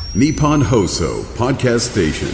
Nippon Hoso Podcast Station。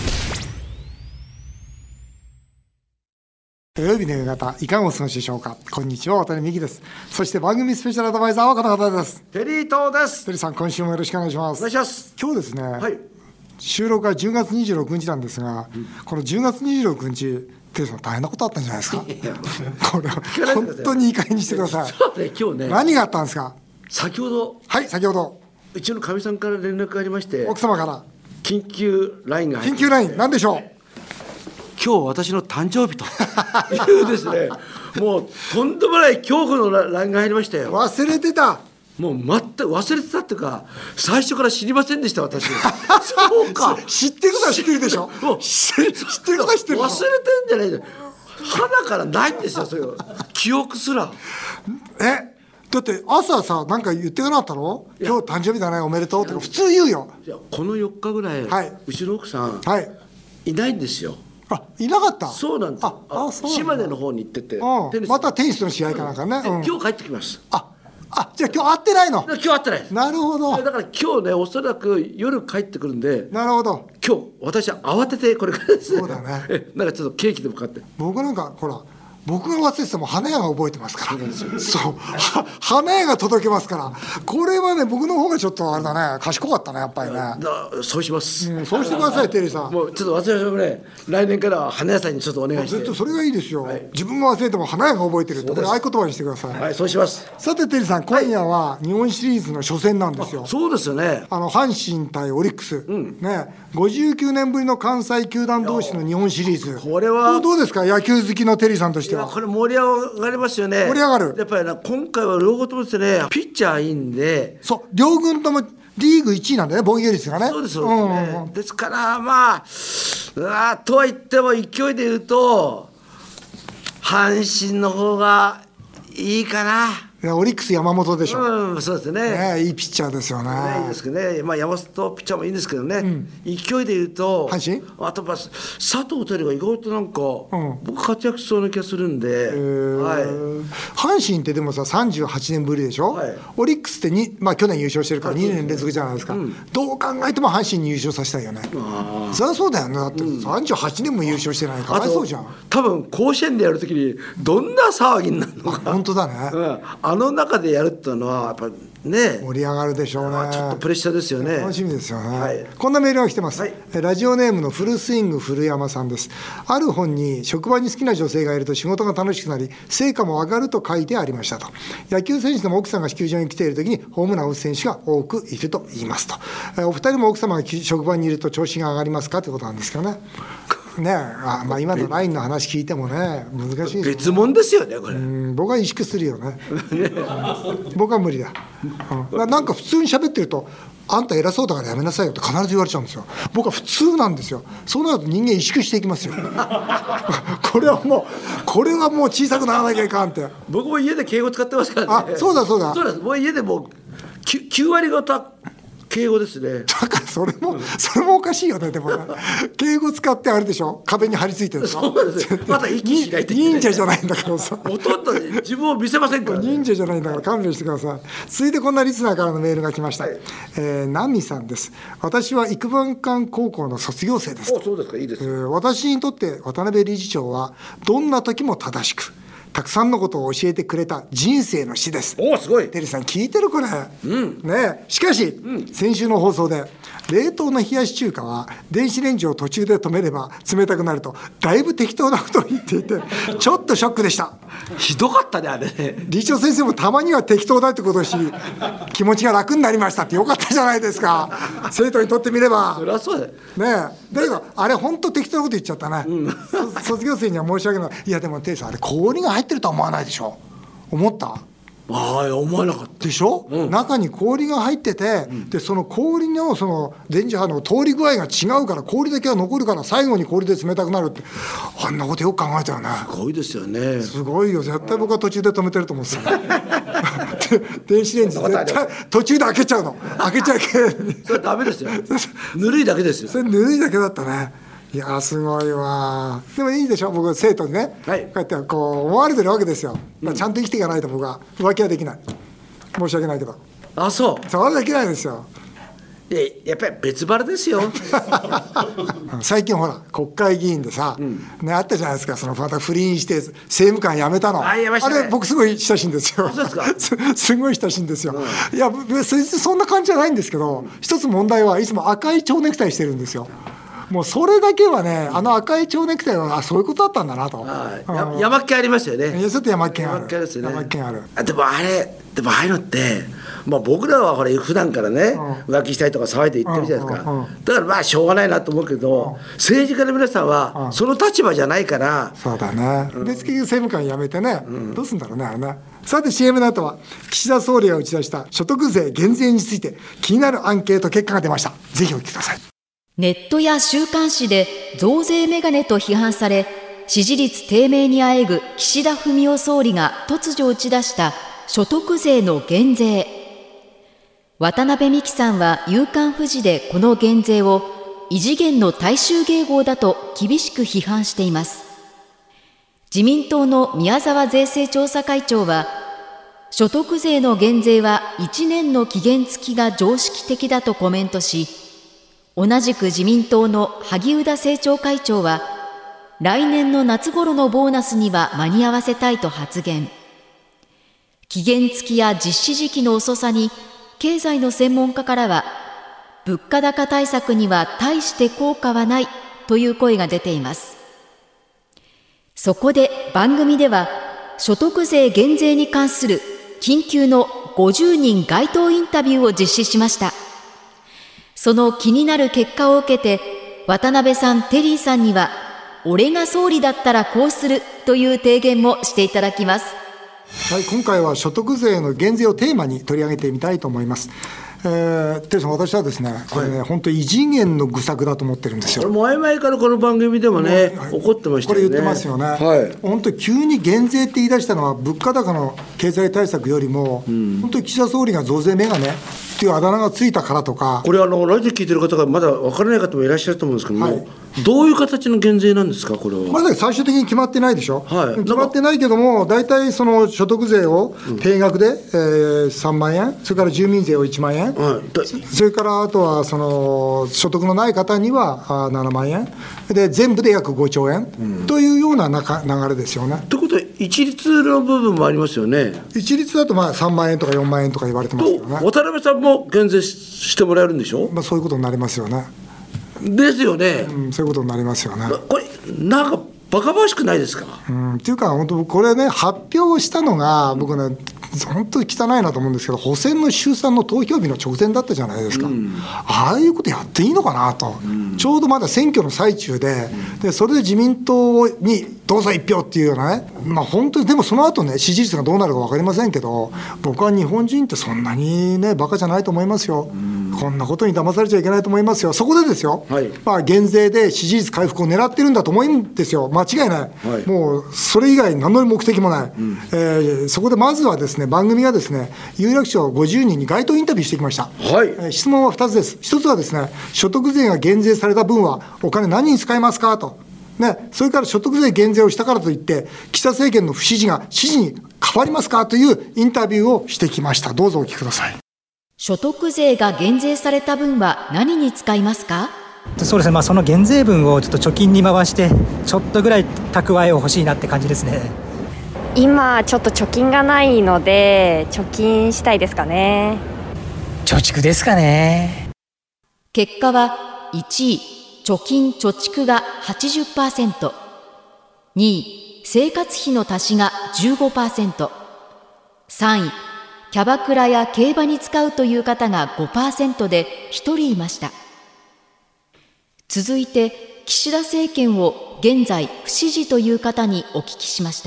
土曜日の夕方いかがお過ごしでしょうか。こんにちは、渡辺美希です。そして番組スペシャルアドバイザーはこの方です。 テリー東です。 テリーさん、今週もよろしくお願いします。 お願いします。 今日ですね、 はい、 収録が10月26日なんですが、この10月26日テリーさん大変なことあったんじゃないですか。これ本当にいい加減にしてください。 そうね、今日ね、 何があったんですか。 先ほど、 はい、先ほどうちのかみさんから連絡がありまして、 奥様から緊急 LINE が入って、 緊急 LINE 何でしょう。 今日私の誕生日というですね、もうとんでもない恐怖の LINE が入りましたよ。 忘れてた。 もう全く忘れてたっていうか、最初から知りませんでした私。そうか。 知ってることは知ってるでしょ。 もう知ってることは知ってる。 忘れてんじゃないで、鼻からないんですよ、それ記憶すら。 だって朝さ、なんか言ってなかったの。今日誕生日だね、おめでとうって普通言うよ。 いや、この4日ぐらい、 はい、 うちの奥さん、 はい、 いないんですよ。 あ、いなかった。 そうなんです。 そうなん島根の方に行ってて、 またテニスの試合かなんかね、 今日帰ってきます。 じゃあ今日会ってないの。 今日会ってないです。 なるほど。 だから今日ね、おそらく夜帰ってくるんで。 なるほど。 今日私は慌ててこれからですね。 そうだね。 なんかちょっとケーキでも買って。 僕なんかほら、僕が忘れてても花屋が覚えてますから。そう花屋が届けますから。これはね、僕の方がちょっとあれだね、賢かったね、やっぱりね。 そうします、 そうしてください、テリーさん。 もうちょっと私はね、来年からは花屋さんにちょっとお願いして。 絶対それがいいですよ、自分が忘れても花屋が覚えてるって、これ合言葉にしてください。 はい、そうします。 さてテリーさん、今夜は日本シリーズの初戦なんですよ。 そうですよね。 阪神対オリックス、ね、59年ぶりの関西球団同士の日本シリーズ。 これはどうですか、野球好きのテリーさんとしては。 これ盛り上がりますよね。 盛り上がる。 やっぱり今回は両方ともですね、ピッチャーいいんで。 そう、両軍ともリーグ1位なんだよね、防御率がね。 そうですそうですね。ですからまあとは言っても勢いで言うと阪神の方がいいかな。 オリックス山本でしょ。 そうですね。 いいピッチャーですよね。 いいですけどね。まあ山本ピッチャーもいいんですけどね。勢いで言うと阪神、 あと佐藤輝が意外となんか、僕活躍しそうな気がするんで。 阪神ってでもさ、38年ぶりでしょ。オリックスって去年優勝してるから2年連続じゃないですか。どう考えても阪神に優勝させたいよね。そりゃそうだよね。だって38年も優勝してないからかわいそうじゃん。 多分甲子園でやるときにどんな騒ぎになるのか。 本当だね。 あの中でやるっていうのはやっぱね、 盛り上がるでしょうね。 ちょっとプレッシャーですよね。 楽しみですよね。こんなメールが来てます。ラジオネームのフルスイング古山さんです。ある本に職場に好きな女性がいると仕事が楽しくなり成果も上がると書いてありましたと。野球選手でも奥さんが球場に来ている時にホームランを打つ選手が多くいると言いますと。お二人も奥様が職場にいると調子が上がりますかということなんですけどね。今のラインの話聞いてもね、難しいですね。 別物ですよねこれ。 僕は萎縮するよね。僕は無理だ。なんか普通に喋ってると、あんた偉そうだからやめなさいよって必ず言われちゃうんですよ。僕は普通なんですよ。そうなると人間萎縮していきますよ。これはもう小さくならなきゃいかんって。 僕も家で敬語使ってますからね。 そうだ。そうです。 もう家でもう9割方敬語ですね。 だからそれもおかしいよね。でもね、敬語使ってあれでしょ、壁に張り付いてるでしょ。 そうです。また息しないといけない。 忍者じゃないんだからさ。 ほとんど自分を見せませんから、ね。 忍者じゃないんだから勘弁してください。続いてこんなリスナーからのメールが来ました。ナミさんです。私は育番館高校の卒業生です。 そうですか、いいです。 私にとって渡辺理事長はどんな時も正しく、たくさんのことを教えてくれた人生の師です。 すごい。 テリーさん聞いてるこれ、ね。しかし、先週の放送で冷凍の冷やし中華は電子レンジを途中で止めれば冷たくなるとだいぶ適当なことを言っていてちょっとショックでした。 ひどかったねあれ。 理事長先生もたまには適当だってことを知り気持ちが楽になりましたってよかったじゃないですか。生徒にとってみれば。 そりゃそうだよね。だけどあれ本当適当なこと言っちゃったね。卒業生には申し訳ない。いやでもテリーさん、あれ氷が入ってるとは思わないでしょ。思った？ 思わなかったでしょ、中に氷が入ってて、でその氷のその電磁波の通り具合が違うから氷だけが残るから最後に氷で冷たくなるって、あんなことよく考えたよね。 すごいですよね。 すごいよ。絶対僕は途中で止めてると思うんですよ。電子レンジ絶対途中で開けちゃうの。開けちゃいけない。 それダメですよ。ぬるいだけですよ。 それぬるいだけだったね。いやすごいわ。でもいいでしょ、僕生徒にね、こうやってこう思われてるわけですよ。ちゃんと生きていかないと僕は浮気はできない。申し訳ないけど。 そうそれはできないですよ。 でやっぱり別腹ですよ最近ほら国会議員でさ、ね、あったじゃないですか、そのまた不倫して政務官辞めたの。 ありましたね。 あれ僕すごい親しいんですよ。 そうですかすごい親しいんですよ、いやそんな感じじゃないんですけど、一つ問題はいつも赤い蝶ネクタイしてるんですよ。もうそれだけはね、あの赤い蝶ネクタイはそういうことだったんだなと。 山っ気ありますよね。 いやちょっと山っ気がある。 山っ気ですよね。 山っ気がある。 でもああいうのって、僕らはほら普段からね、浮気したいとか騒いで言ってるじゃないですか、だからしょうがないなと思うけど、政治家の皆さんはその立場じゃないから、 そうだね、で結局政務官辞めてね、どうすんだろうねあれね。さて CM の後は岸田総理が打ち出した所得税減税について気になるアンケート結果が出ました。ぜひお聞きください。 ネットや週刊誌で増税メガネと批判され、支持率低迷にあえぐ岸田文雄総理が突如打ち出した所得税の減税。渡辺美樹さんは夕刊フジでこの減税を異次元の大衆迎合だと厳しく批判しています。自民党の宮沢税制調査会長は、所得税の減税は1年の期限付きが常識的だとコメントし、同じく自民党の萩生田政調会長は、来年の夏頃のボーナスには間に合わせたいと発言。期限付きや実施時期の遅さに、経済の専門家からは、物価高対策には大して効果はないという声が出ています。そこで番組では、所得税減税に関する緊急の50人街頭インタビューを実施しました。その気になる結果を受けて、渡辺さん、テリーさんには、俺が総理だったらこうするという提言もしていただきます。 はい、今回は所得税の減税をテーマに取り上げてみたいと思います。テリーさん、私はですね、これね、本当異次元の愚策だと思ってるんですよ。 これ前々からこの番組でもね、怒ってましたよね。 これ言ってますよね、本当に急に減税って言い出したのは、物価高の経済対策よりも、本当に岸田総理が増税メガネっていうあだ名がついたからとか。 これラジオ聞いてる方がまだ分からない方もいらっしゃると思うんですけども、どういう形の減税なんですか、これは。 まだ最終的に決まってないでしょ、決まってないけども、大体その所得税を定額で、3万円、それから住民税を1万円、それからあとはその所得のない方には7万円で、全部で約5兆円、というような流れですよね。 ということは、一律の部分もありますよね。 一律だと3万円とか4万円とか言われてますけどね。 渡辺さんも減税してもらえるんでしょ。 そういうことになりますよね。 ですよね、 そういうことになりますよね。 これなんかバカバカしくないですか。 っていうか本当これね、発表したのが僕ね、本当に汚いなと思うんですけど、補選の衆参の投票日の直前だったじゃないですか、ああいうことやっていいのかなと、ちょうどまだ選挙の最中で、それで自民党にどうぞ1票っていうようなね、本当に、でもその後ね、支持率がどうなるか分かりませんけど、僕は日本人ってそんなにね、バカじゃないと思いますよ。こんなことに騙されちゃいけないと思いますよ。そこでですよ、減税で支持率回復を狙ってるんだと思うんですよ、間違いない、もうそれ以外何の目的もない、そこでまずはですね、番組がですね、有楽町50人に街頭インタビューしてきました、質問は2つです。1つはですね、所得税が減税された分はお金何に使いますかと、それから所得税減税をしたからといって岸田政権の不支持が支持に変わりますかというインタビューをしてきました。どうぞお聞きください。 所得税が減税された分は何に使いますか。 そうですね、その減税分をちょっと貯金に回してちょっとぐらい蓄えを欲しいなって感じですね。 今ちょっと貯金がないので貯金したいですかね。 貯蓄ですかね。 結果は1位貯金貯蓄が 80%、 2位生活費の足しが 15%、 3位キャバクラや競馬に使うという方が 5% で1人いました。続いて岸田政権を現在不支持という方にお聞きしました。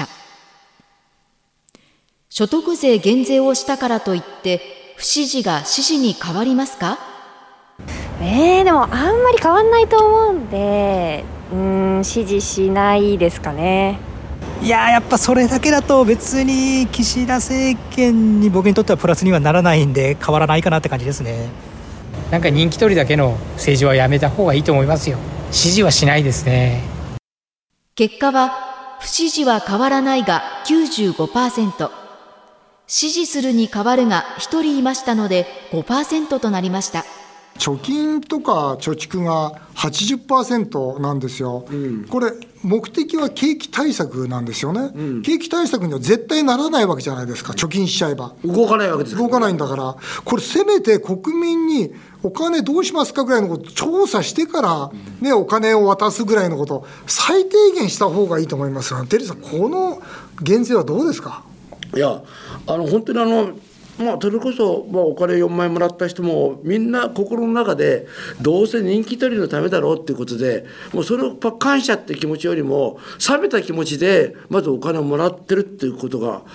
所得税減税をしたからといって不支持が支持に変わりますか。 でもあんまり変わんないと思うんで、支持しないですかね。 いややっぱそれだけだと別に岸田政権に僕にとってはプラスにはならないんで変わらないかなって感じですね。 なんか人気取りだけの政治はやめた方がいいと思いますよ。支持はしないですね。 結果は不支持は変わらないが 95%、 支持するに変わるが1人いましたので 5% となりました。 貯金とか貯蓄が 80% なんですよ、これ目的は景気対策なんですよね、景気対策には絶対ならないわけじゃないですか、貯金しちゃえば動かないわけですから、 動かないんだから、これせめて国民にお金どうしますかぐらいのこと調査してから、ね、お金を渡すぐらいのこと最低限した方がいいと思いますよ。テリーさん、この減税はどうですか？ いや本当にそれこそ、お金4万円もらった人もみんな心の中でどうせ人気取りのためだろうっていうことで、もうそれを感謝って気持ちよりも冷めた気持ちでまずお金をもらってるっていうことが、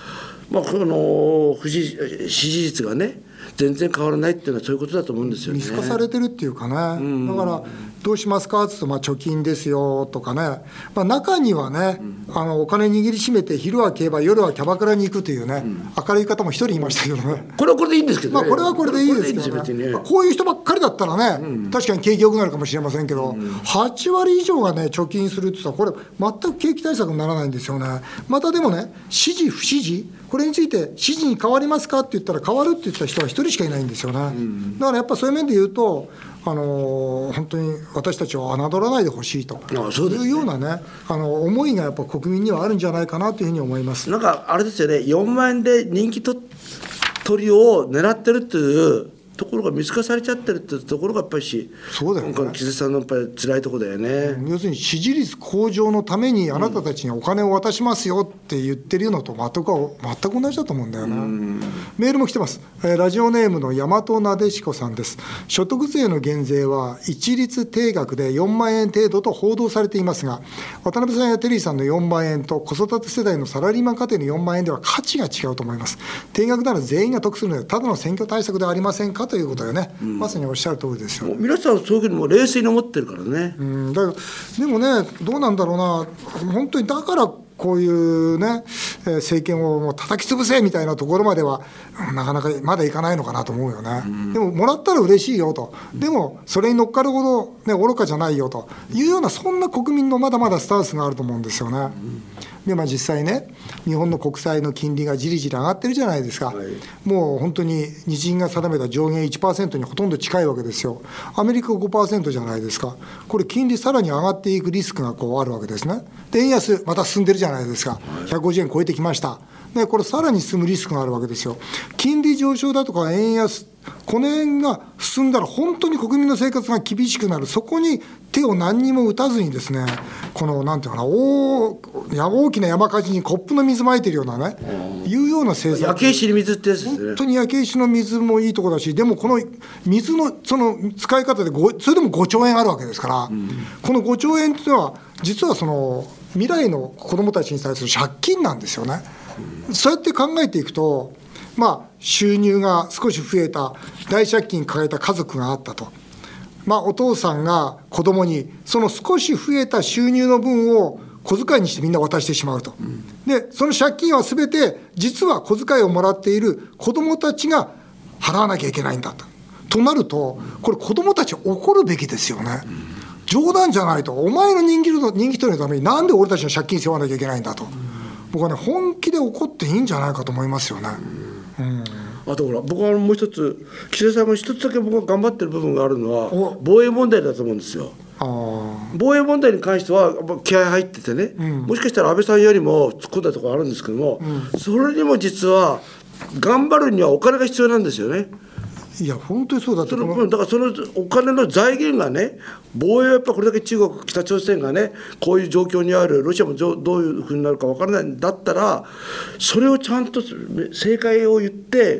支持率がね全然変わらないっていうのはそういうことだと思うんですよね。 見透かされてるっていうかね、だからどうしますかって言うと、貯金ですよとかね、中にはね、お金握りしめて昼は競馬夜はキャバクラに行くというね、明るい方も一人いましたけどね、 これはこれでいいんですけどね、 これはこれでいいですけどね、こういう人ばっかりだったらね、確かに景気良くなるかもしれませんけど、8割以上がね貯金するって言ったらこれ全く景気対策にならないんですよね。またでもね、支持不支持、これについて支持に変わりますかって言ったら変わるって言った人は一人しかいないんですよね、だからやっぱそういう面で言うと本当に私たちを侮らないでほしいというようなね、思いがやっぱ国民にはあるんじゃないかなというふうに思います。 なんかあれですよね、4万円で人気取りを狙ってるっていうところが見透かされちゃってるっていうところがやっぱりそうだよね、 今回岸田さんのやっぱり辛いところだよね、 要するに支持率向上のためにあなたたちにお金を渡しますよって言ってるのと全く同じだと思うんだよね。メールも来てます。ラジオネームの大和なでしこさんです。所得税の減税は一律定額で4万円程度と報道されていますが、渡辺さんやテリーさんの4万円と子育て世代のサラリーマン家庭の4万円では価値が違うと思います。定額なら全員が得するのでただの選挙対策ではありませんかということよね、まさにおっしゃる通りですよ。 皆さんそういうふうにも冷静に思ってるからね、 だからでもね、どうなんだろうな、本当にだからこういうね、政権をもう叩き潰せみたいなところまではなかなかまだいかないのかなと思うよね、でももらったら嬉しいよと、でもそれに乗っかるほど、ね、愚かじゃないよというような、そんな国民のまだまだスタンスがあると思うんですよね。で実際ね、日本の国債の金利がじりじり上がってるじゃないですか、もう本当に日銀が定めた上限 1% にほとんど近いわけですよ。アメリカが 5% じゃないですか。これ金利さらに上がっていくリスクがあるわけですね。で円安また進んでるじゃないですか、150円超えてきました。でこれさらに進むリスクがあるわけですよ。金利上昇だとか円安、この辺が進んだら本当に国民の生活が厳しくなる。そこに手を何にも打たずにですね、このなんていうかな、大きな山火事にコップの水まいてるようなね、いうような政策。 焼け石に水ってやつですね。 本当に焼け石の水もいいところだし、でもこの水のその使い方でそれでも5兆円あるわけですから、この5兆円っていうのは実はその未来の子どもたちに対する借金なんですよね。そうやって考えていくと、収入が少し増えた、大借金抱えた家族があったと、お父さんが子供にその少し増えた収入の分を小遣いにしてみんな渡してしまうと。でその借金はすべて実は小遣いをもらっている子供たちが払わなきゃいけないんだとなると、これ子供たち怒るべきですよね。冗談じゃないと、お前の人気取りのためになんで俺たちの借金背負わなきゃいけないんだと、僕はね本気で怒っていいんじゃないかと思いますよね。 あとほら、僕はもう一つ、岸田さんが一つだけ僕が頑張ってる部分があるのは防衛問題だと思うんですよ。防衛問題に関しては気合入っててね、もしかしたら安倍さんよりも突っ込んだところあるんですけども、それにも実は頑張るにはお金が必要なんですよね。 いや本当にそうだと思う。 だからそのお金の財源がね、防衛はやっぱこれだけ中国北朝鮮がねこういう状況にある、ロシアもどういうふうになるか分からないんだったら、それをちゃんと正解を言って、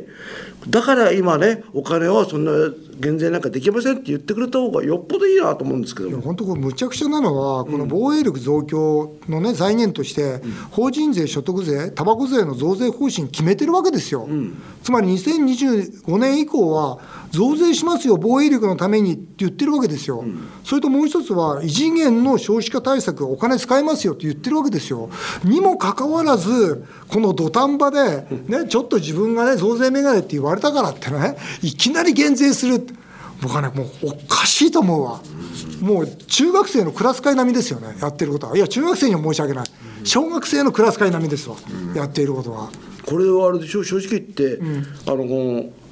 だから今ねお金をそんな減税なんかできませんって言ってくれた方がよっぽどいいなと思うんですけど。 本当これむちゃくちゃなのは、この防衛力増強の、ね、財源として、法人税、所得税、たばこ税の増税方針決めてるわけですよ。つまり2025年以降は増税しますよ、防衛力のためにって言ってるわけですよ。それともう一つは異次元の少子化対策、お金使いますよって言ってるわけですよ。にもかかわらず、この土壇場で、ね、ちょっと自分がね増税メガネって言われたからってね、いきなり減税する、僕はねもうおかしいと思うわ。もう中学生のクラス会並みですよね、やってることは。いや中学生には申し訳ない、小学生のクラス会並みですわ、やっていることは。 これはあれでしょ、正直言って、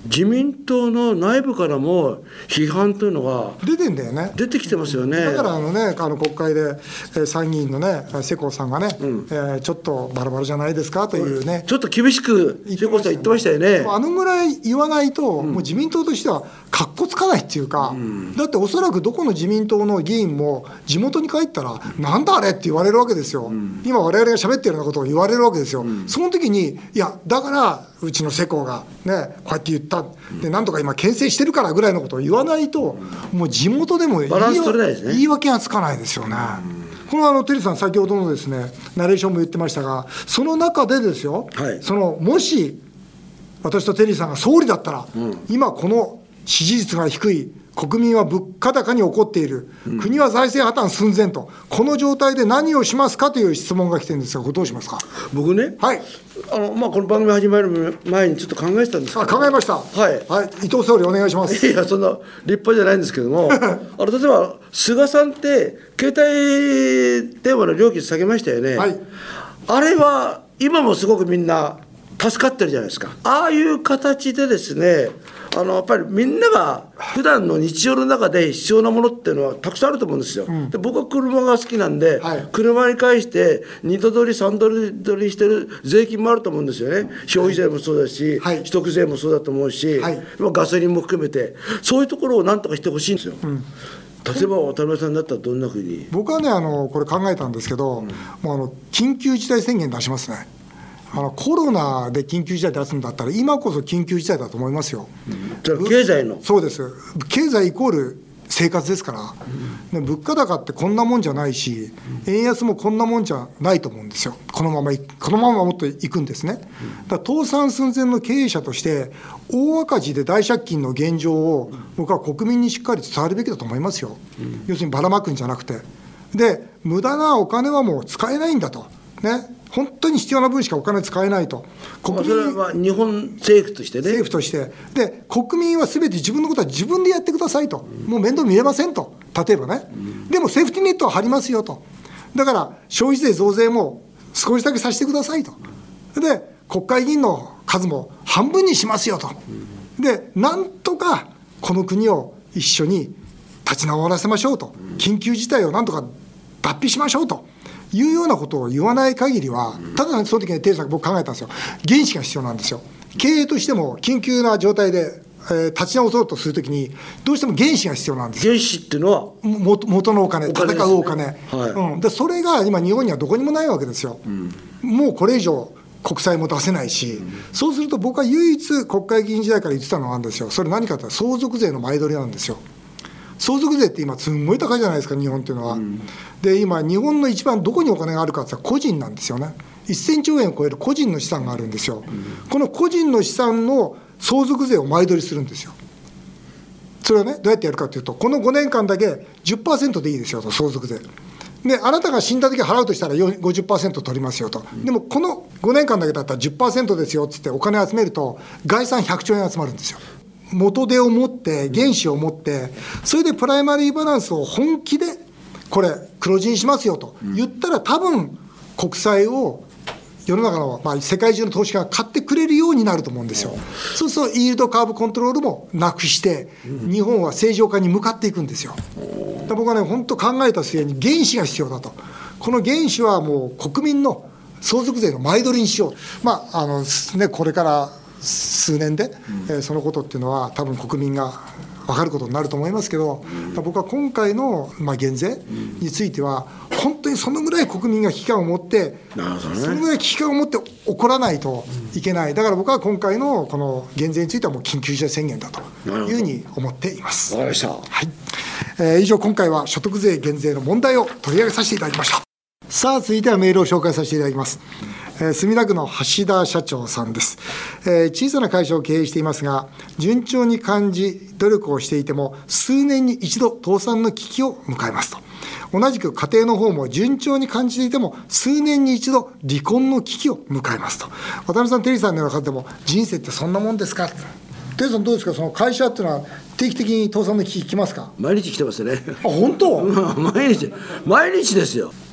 自民党の内部からも批判というのが出てんだよね。 出てきてますよね。 だから国会で参議院のね世耕さんがね、ちょっとバラバラじゃないですかというね、 ちょっと厳しく世耕さん言ってましたよね。 あのぐらい言わないと、もう自民党としてはかっこつかないっていうか、だっておそらくどこの自民党の議員も地元に帰ったらなんだあれって言われるわけですよ、今我々が喋ってるようなことを言われるわけですよ、その時にいやだからうちの世耕がねこうやって言ったでなんとか今牽制してるからぐらいのことを言わないと、もう地元でもバランス取れないですね。 言い訳がつかないですよね。このテリーさん先ほどのですねナレーションも言ってましたが、その中でですよ、もし私とテリーさんが総理だったら、今この支持率が低い、国民は物価高に怒っている、国は財政破綻寸前と、この状態で何をしますかという質問が来てるんですが、これどうしますか。 僕ね、 はい、 この番組始まる前にちょっと考えてたんですけど、 考えました、伊藤総理お願いします。 いやそんな立派じゃないんですけども例えば菅さんって携帯電話の料金下げましたよね、あれは今もすごくみんな助かってるじゃないですか。ああいう形でですね、やっぱりみんなが普段の日常の中で必要なものっていうのはたくさんあると思うんですよ、で僕は車が好きなんで、車に関して2度取り3度取りしてる税金もあると思うんですよね。消費税もそうだし、取得税もそうだと思うし、ガソリンも含めてそういうところをなんとかしてほしいんですよ、例えば渡辺さんだったらどんなふうに。 僕はねこれ考えたんですけど、もう緊急事態宣言出しますね。コロナで緊急事態出すんだったら今こそ緊急事態だと思いますよ、 経済の。 そうです、経済イコール生活ですから、物価高ってこんなもんじゃないし、円安もこんなもんじゃないと思うんですよ。このままもっといくんですね。だから倒産寸前の経営者として大赤字で大借金の現状を僕は国民にしっかり伝わるべきだと思いますよ、要するにばらまくんじゃなくて、で無駄なお金はもう使えないんだとね、本当に必要な分しかお金使えないと、 それは日本政府としてね、 政府として、で国民はすべて自分のことは自分でやってくださいと、もう面倒見れませんと、例えばね、でもセーフティーネットは張りますよと、だから消費税増税も少しだけさせてくださいと、で国会議員の数も半分にしますよと、でなんとかこの国を一緒に立ち直らせましょうと、緊急事態をなんとか脱皮しましょうというようなことを言わない限りは、ただその時にテリーさん僕考えたんですよ、原資が必要なんですよ。経営としても緊急な状態で、立ち直そうとするときにどうしても原資が必要なんですよ。 原資っていうのは元のお金、戦うお金、でそれが今日本にはどこにもないわけですよ、もうこれ以上国債も出せないし、そうすると僕は唯一国会議員時代から言ってたのがあるんですよ。それ何かというと相続税の前取りなんですよ。相続税って今すんごい高いじゃないですか、日本っていうのは、で今日本の一番どこにお金があるかって言ったら個人なんですよね。1000兆円を超える個人の資産があるんですよ、この個人の資産の相続税を前取りするんですよ。それはねどうやってやるかというと、この5年間だけ 10% でいいですよと、相続税で、あなたが死んだ時払うとしたら 50% 取りますよと、でもこの5年間だけだったら 10% ですよっつってお金集めると概算100兆円集まるんですよ。元手を持って原資を持って、それでプライマリーバランスを本気でこれ黒字にしますよと言ったら、多分国債を世の中の、世界中の投資家が買ってくれるようになると思うんですよ。そうするとイールドカーブコントロールもなくして、日本は正常化に向かっていくんですよ。僕はね本当考えた末に原資が必要だと、この原資はもう国民の相続税の前取りにしよう、これから数年で、そのことっていうのは多分国民が分かることになると思いますけど、僕は今回の減税については本当にそのぐらい国民が危機感を持って、そのぐらい危機感を持って怒らないといけない。だから僕は今回のこの減税についてはもう緊急事態宣言だというふうに思っています。 わかりました、 以上今回は所得税減税の問題を取り上げさせていただきました。さあ続いてはメールを紹介させていただきます。墨田区の橋田社長さんです。小さな会社を経営していますが、順調に感じ努力をしていても数年に一度倒産の危機を迎えますと。同じく家庭の方も順調に感じていても数年に一度離婚の危機を迎えますと。渡辺さん、テリーさんのような方でも人生ってそんなもんですか。テリーさんどうですか、その会社っていうのは定期的に倒産の危機来ますか。 毎日来てますね。 本当毎日ですよ。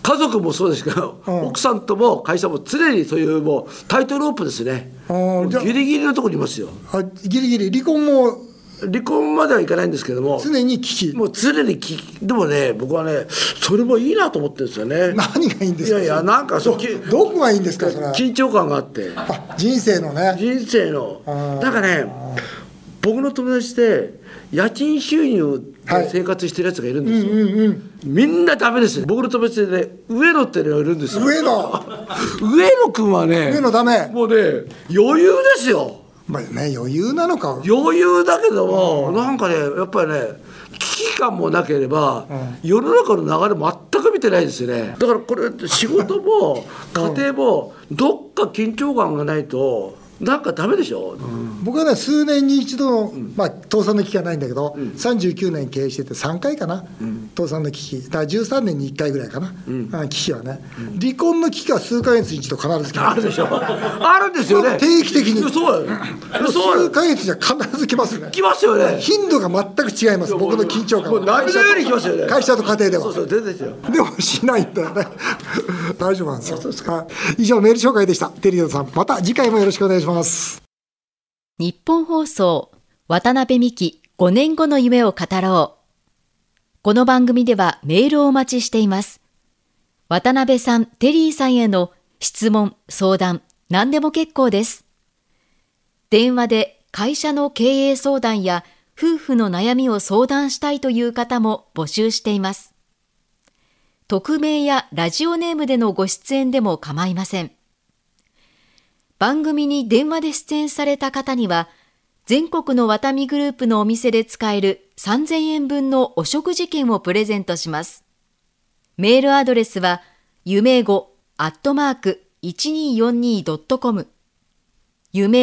家族もそうですけど、奥さんとも会社も常にそういうもうタイトロープですね。ギリギリのところにいますよ。 ギリギリ離婚も離婚まではいかないんですけども、 常に危機。 もう常に危機。でもね、僕はねそれもいいなと思ってるんですよね。 何がいいんですか。 いやいや、なんかそうどこがいいんですか。それ緊張感があって、 人生のね、 人生のなんかね、僕の友達で家賃収入で生活してるやつがいるんですよ、みんなダメです。僕の友達でね、上野っていうのがいるんですよ。上野君はね、 上野ダメ。 もうね余裕ですよ。 まあね、余裕なのか。 余裕だけども、なんかねやっぱりね危機感もなければ、世の中の流れ全く見てないですよね。だからこれ仕事も家庭もどっか緊張感がないとなんかダメでしょ。 僕はね、数年に一度の、倒産の危機はないんだけど、39年経営してて3回かな、倒産の危機。だから13年に1回ぐらいかな、危機はね、離婚の危機は数ヶ月に一度必ず来ます。 あるでしょ。あるんですよね。 定期的に。 そうだよ。 数ヶ月じゃ必ず来ますね。 来ますよね。 頻度が全く違います。僕の緊張感は。 波のように来ますよね。 会社と家庭では。 そう全然ですよ。 でもしないんだよね。大丈夫なんですよ。以上メール紹介でした。テリーさん、また次回もよろしくお願いします。 日本放送渡辺美希5年後の夢を語ろう。この番組ではメールをお待ちしています。渡辺さん、テリーさんへの質問、相談、何でも結構です。電話で会社の経営相談や夫婦の悩みを相談したいという方も募集しています。匿名やラジオネームでのご出演でも構いません。番組に電話で出演された方には、全国のワタミグループのお店で使える3000円分のお食事券をプレゼントします。メールアドレスは、夢5@1242.com、夢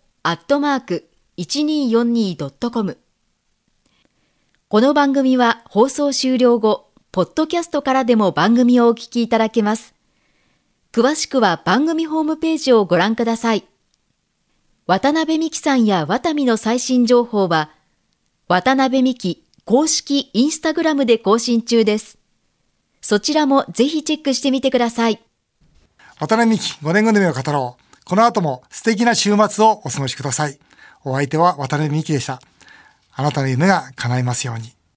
5@1242.com。この番組は放送終了後、ポッドキャストからでも番組をお聞きいただけます。詳しくは番組ホームページをご覧ください。渡辺美希さんやワタミの最新情報は、渡辺美希公式インスタグラムで更新中です。そちらもぜひチェックしてみてください。 渡辺美希5年後の夢を語ろう。この後も素敵な週末をお過ごしください。お相手は渡辺美希でした。あなたの夢が叶いますように。